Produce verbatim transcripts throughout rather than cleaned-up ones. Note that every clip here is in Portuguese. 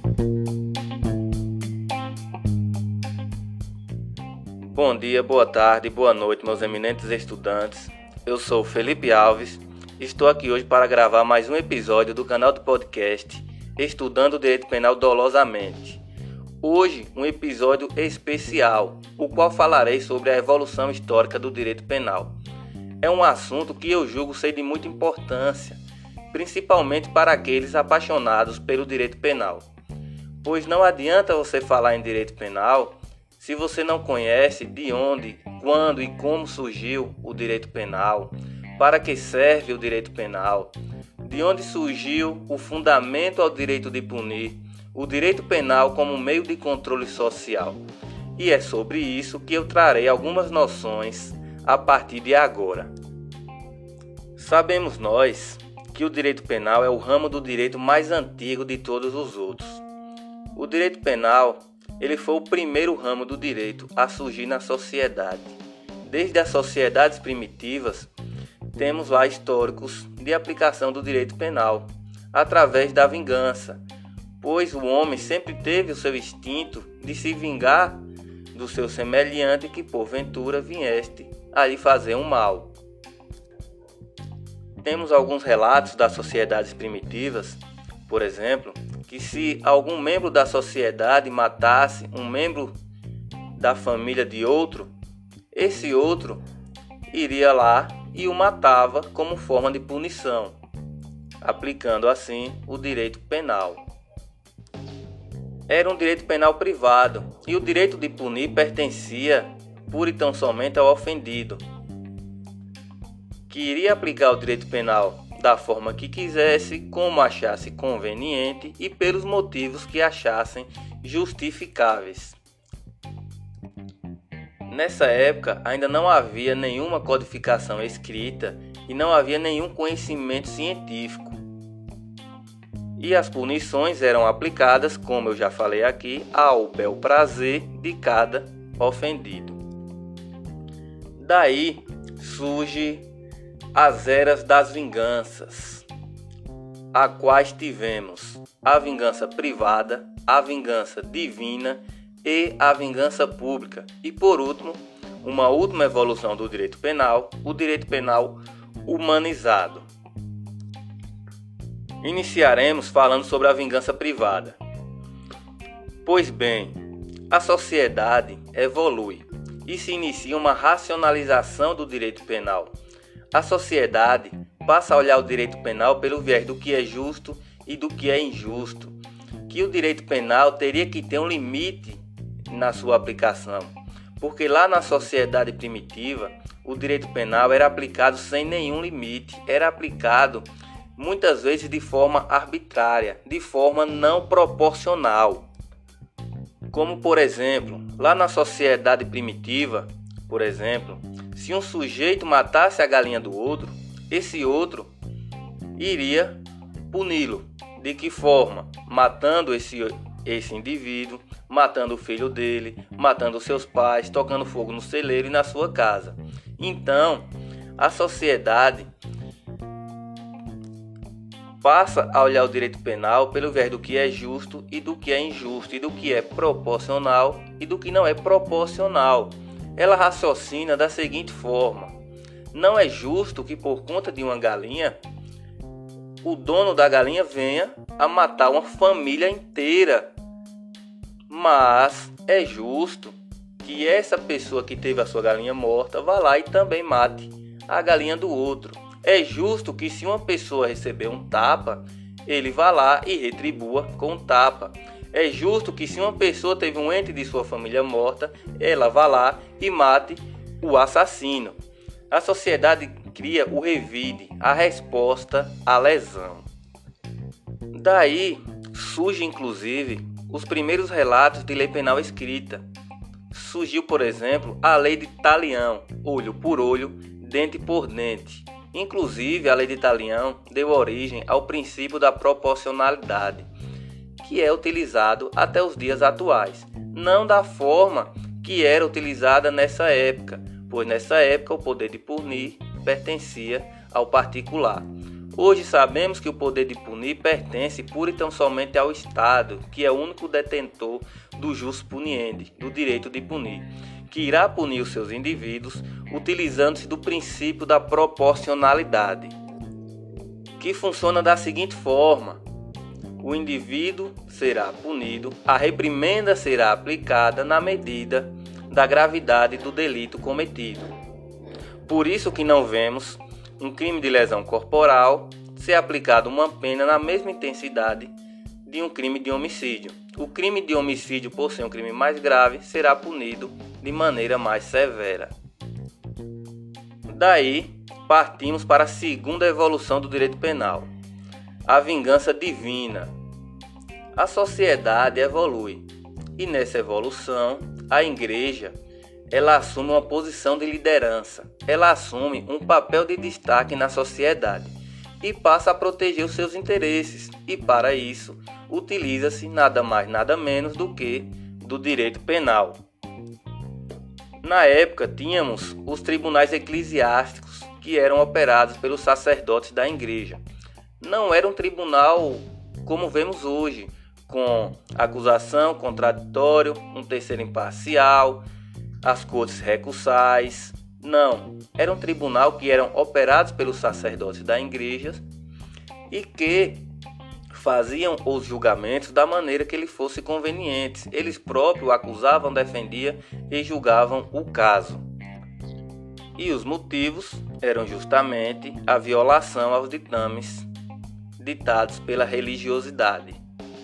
Bom dia, boa tarde, boa noite, meus eminentes estudantes. Eu sou Felipe Alves e estou aqui hoje para gravar mais um episódio do canal do podcast Estudando o Direito Penal Dolosamente. Hoje, um episódio especial, o qual falarei sobre a evolução histórica do direito penal. É um assunto que eu julgo ser de muita importância, principalmente para aqueles apaixonados pelo direito penal. Pois não adianta você falar em direito penal se você não conhece de onde, quando e como surgiu o direito penal, para que serve o direito penal, de onde surgiu o fundamento ao direito de punir, o direito penal como meio de controle social. E é sobre isso que eu trarei algumas noções a partir de agora. Sabemos nós que o direito penal é o ramo do direito mais antigo de todos os outros. O direito penal ele foi o primeiro ramo do direito a surgir na sociedade. Desde as sociedades primitivas, temos lá históricos de aplicação do direito penal, através da vingança, pois o homem sempre teve o seu instinto de se vingar do seu semelhante que porventura viesse a lhe fazer um mal. Temos alguns relatos das sociedades primitivas, por exemplo, que se algum membro da sociedade matasse um membro da família de outro, esse outro iria lá e o matava como forma de punição, aplicando assim o direito penal. Era um direito penal privado e o direito de punir pertencia pura e tão somente ao ofendido, que iria aplicar o direito penal da forma que quisesse, como achasse conveniente e pelos motivos que achassem justificáveis. Nessa época ainda não havia nenhuma codificação escrita e não havia nenhum conhecimento científico. E as punições eram aplicadas, como eu já falei aqui, ao bel prazer de cada ofendido. Daí surge as eras das vinganças, a quais tivemos a vingança privada, a vingança divina e a vingança pública. E por último, uma última evolução do direito penal, o direito penal humanizado. Iniciaremos falando sobre a vingança privada. Pois bem, a sociedade evolui e se inicia uma racionalização do direito penal. A sociedade passa a olhar o direito penal pelo viés do que é justo e do que é injusto, que o direito penal teria que ter um limite na sua aplicação, porque lá na sociedade primitiva, o direito penal era aplicado sem nenhum limite, era aplicado muitas vezes de forma arbitrária, de forma não proporcional. Como, por exemplo, lá na sociedade primitiva, por exemplo, se um sujeito matasse a galinha do outro, esse outro iria puni-lo. De que forma? Matando esse, esse indivíduo, matando o filho dele, matando seus pais, tocando fogo no celeiro e na sua casa. Então, a sociedade passa a olhar o direito penal pelo viés do que é justo e do que é injusto, e do que é proporcional e do que não é proporcional. Ela raciocina da seguinte forma: não é justo que por conta de uma galinha, o dono da galinha venha a matar uma família inteira. Mas é justo que essa pessoa que teve a sua galinha morta vá lá e também mate a galinha do outro. É justo que se uma pessoa receber um tapa, ele vá lá e retribua com um tapa. É justo que se uma pessoa teve um ente de sua família morta, ela vá lá e mate o assassino. A sociedade cria o revide, a resposta à lesão. Daí surge inclusive os primeiros relatos de lei penal escrita. Surgiu, por exemplo, a lei de Talião, olho por olho, dente por dente. Inclusive, a lei de Talião deu origem ao princípio da proporcionalidade, que é utilizado até os dias atuais, não da forma que era utilizada nessa época, pois nessa época o poder de punir pertencia ao particular. Hoje sabemos que o poder de punir pertence pura e tão somente ao Estado, que é o único detentor do jus puniendi, do direito de punir, que irá punir os seus indivíduos utilizando-se do princípio da proporcionalidade, que funciona da seguinte forma: o indivíduo será punido, a reprimenda será aplicada na medida da gravidade do delito cometido. Por isso que não vemos um crime de lesão corporal ser aplicado uma pena na mesma intensidade de um crime de homicídio. O crime de homicídio, por ser um crime mais grave, será punido de maneira mais severa. Daí, partimos para a segunda evolução do direito penal, a vingança divina. A sociedade evolui e nessa evolução, a igreja ela assume uma posição de liderança, ela assume um papel de destaque na sociedade e passa a proteger os seus interesses, e para isso utiliza-se nada mais nada menos do que do direito penal. Na época tínhamos os tribunais eclesiásticos que eram operados pelos sacerdotes da igreja. Não era um tribunal como vemos hoje, com acusação, contraditório, um terceiro imparcial, as cortes recursais. Não, era um tribunal que eram operados pelos sacerdotes da igreja e que faziam os julgamentos da maneira que lhe fosse conveniente. Eles próprios acusavam, defendiam e julgavam o caso. E os motivos eram justamente a violação aos ditames ditados pela religiosidade.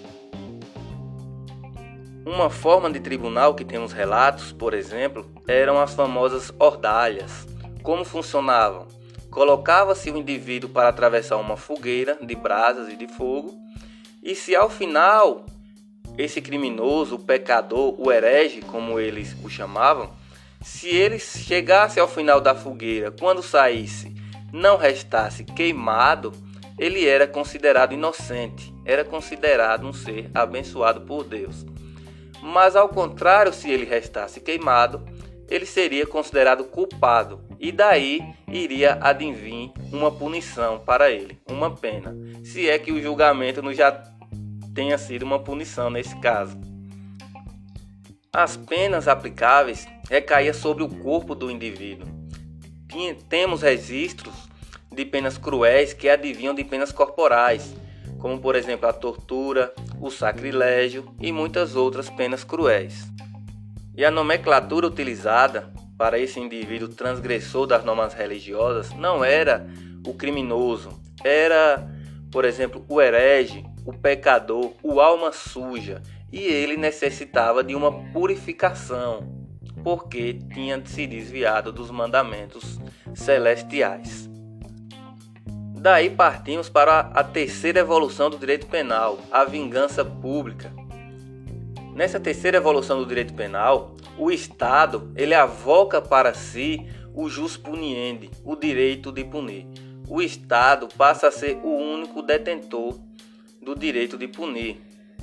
Uma forma de tribunal que temos relatos, por exemplo, eram as famosas ordalhas. Como funcionavam? Colocava-se o indivíduo para atravessar uma fogueira de brasas e de fogo, e se ao final esse criminoso, o pecador, o herege, como eles o chamavam, se ele chegasse ao final da fogueira, quando saísse, não restasse queimado, ele era considerado inocente, era considerado um ser abençoado por Deus. Mas ao contrário, se ele restasse queimado, ele seria considerado culpado e daí iria advir uma punição para ele, uma pena, se é que o julgamento não já tenha sido uma punição nesse caso. As penas aplicáveis recaíam sobre o corpo do indivíduo. Temos registros de penas cruéis que advinham de penas corporais, como por exemplo a tortura, o sacrilégio e muitas outras penas cruéis. E a nomenclatura utilizada para esse indivíduo transgressor das normas religiosas não era o criminoso, era, por exemplo, o herege, o pecador, o alma suja, e ele necessitava de uma purificação, porque tinha se desviado dos mandamentos celestiais. Daí partimos para a terceira evolução do direito penal, a vingança pública. Nessa terceira evolução do direito penal, o Estado ele avoca para si o jus puniendi, o direito de punir. O Estado passa a ser o único detentor do direito de punir.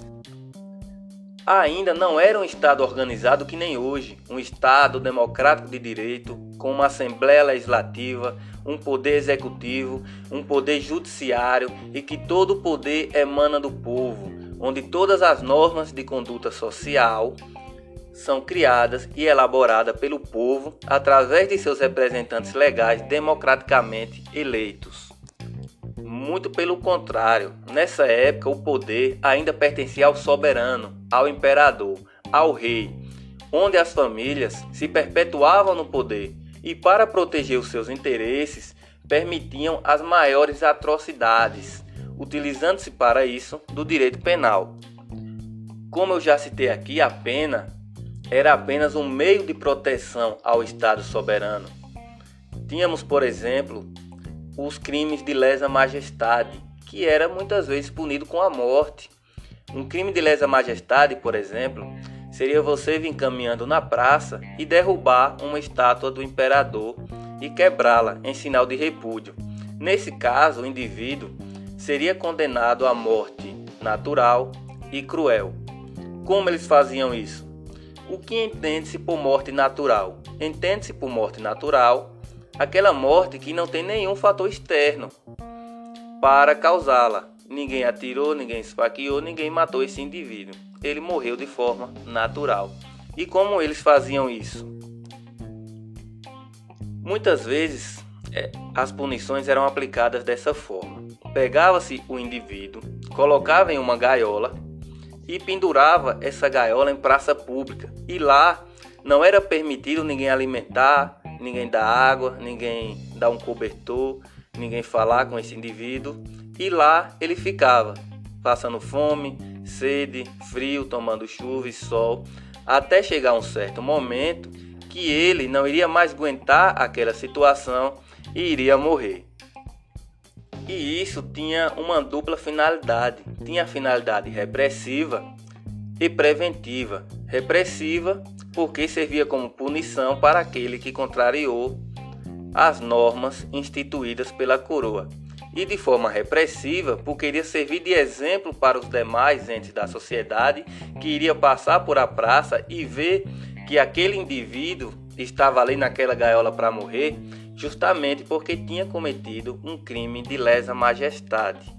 Ainda não era um Estado organizado que nem hoje, um Estado democrático de direito, com uma Assembleia Legislativa, um poder executivo, um poder judiciário e que todo o poder emana do povo, onde todas as normas de conduta social são criadas e elaboradas pelo povo através de seus representantes legais democraticamente eleitos. Muito pelo contrário, nessa época o poder ainda pertencia ao soberano, ao imperador, ao rei, onde as famílias se perpetuavam no poder e para proteger os seus interesses permitiam as maiores atrocidades, utilizando-se para isso do direito penal. Como eu já citei aqui, a pena era apenas um meio de proteção ao Estado soberano. Tínhamos, por exemplo, os crimes de lesa majestade, que era muitas vezes punido com a morte. Um crime de lesa majestade, por exemplo, seria você vir caminhando na praça e derrubar uma estátua do imperador e quebrá-la em sinal de repúdio. Nesse caso, o indivíduo seria condenado à morte natural e cruel. Como eles faziam isso? O que entende-se por morte natural? Entende-se por morte natural aquela morte que não tem nenhum fator externo. para causá-la. Ninguém atirou, ninguém esfaqueou, ninguém matou esse indivíduo. Ele morreu de forma natural. E como eles faziam isso? Muitas vezes é, as punições eram aplicadas dessa forma. Pegava-se o indivíduo, colocava em uma gaiola e pendurava essa gaiola em praça pública. E lá não era permitido ninguém alimentar, ninguém dar água, ninguém dar um cobertor, ninguém falar com esse indivíduo. E lá ele ficava, passando fome, sede, frio, tomando chuva e sol, até chegar um certo momento que ele não iria mais aguentar aquela situação e iria morrer. E isso tinha uma dupla finalidade. Tinha a finalidade repressiva e preventiva. Repressiva porque servia como punição para aquele que contrariou as normas instituídas pela coroa. E de forma repressiva porque iria servir de exemplo para os demais entes da sociedade que iria passar por a praça e ver que aquele indivíduo estava ali naquela gaiola para morrer, justamente porque tinha cometido um crime de lesa majestade.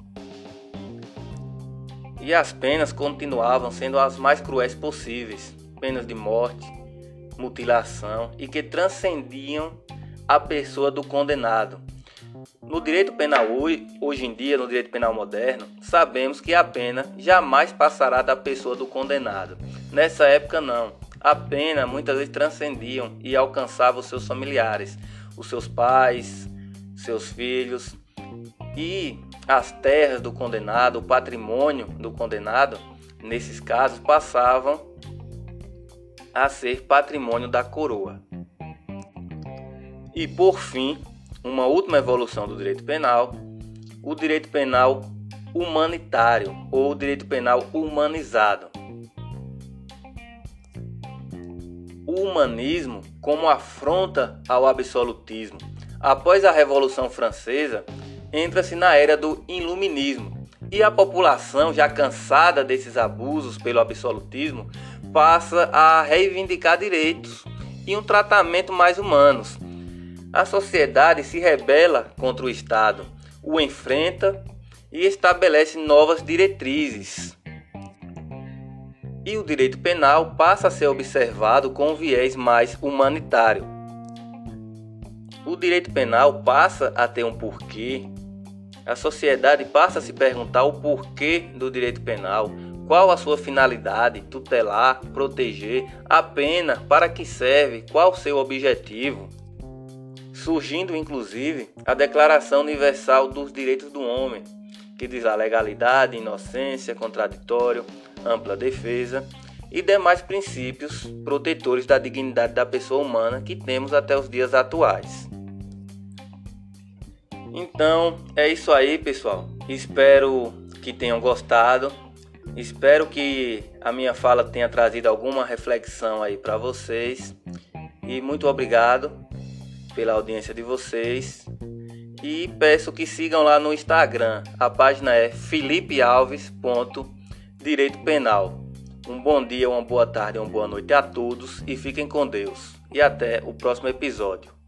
E as penas continuavam sendo as mais cruéis possíveis, penas de morte, mutilação e que transcendiam a pessoa do condenado. No direito penal hoje, hoje em dia, no direito penal moderno, sabemos que a pena jamais passará da pessoa do condenado. Nessa época não. A pena muitas vezes transcendiam e alcançava os seus familiares, os seus pais, seus filhos, e as terras do condenado, o patrimônio do condenado, nesses casos, passavam a ser patrimônio da coroa. E por fim, uma última evolução do direito penal, o direito penal humanitário ou o direito penal humanizado. O humanismo como afronta ao absolutismo. Após a Revolução Francesa, entra-se na era do iluminismo e a população, já cansada desses abusos pelo absolutismo, passa a reivindicar direitos e um tratamento mais humanos. A sociedade se rebela contra o Estado, o enfrenta e estabelece novas diretrizes. E o direito penal passa a ser observado com um viés mais humanitário. O direito penal passa a ter um porquê. A sociedade passa a se perguntar o porquê do direito penal, qual a sua finalidade, tutelar, proteger, a pena, para que serve, qual o seu objetivo. Surgindo inclusive a Declaração Universal dos Direitos do Homem, que diz a legalidade, inocência, contraditório, ampla defesa e demais princípios protetores da dignidade da pessoa humana que temos até os dias atuais. Então, é isso aí, pessoal. Espero que tenham gostado. Espero que a minha fala tenha trazido alguma reflexão aí para vocês. E muito obrigado pela audiência de vocês. E peço que sigam lá no Instagram. A página é felipe alves ponto direito penal. Um bom dia, uma boa tarde, uma boa noite a todos e fiquem com Deus. E até o próximo episódio.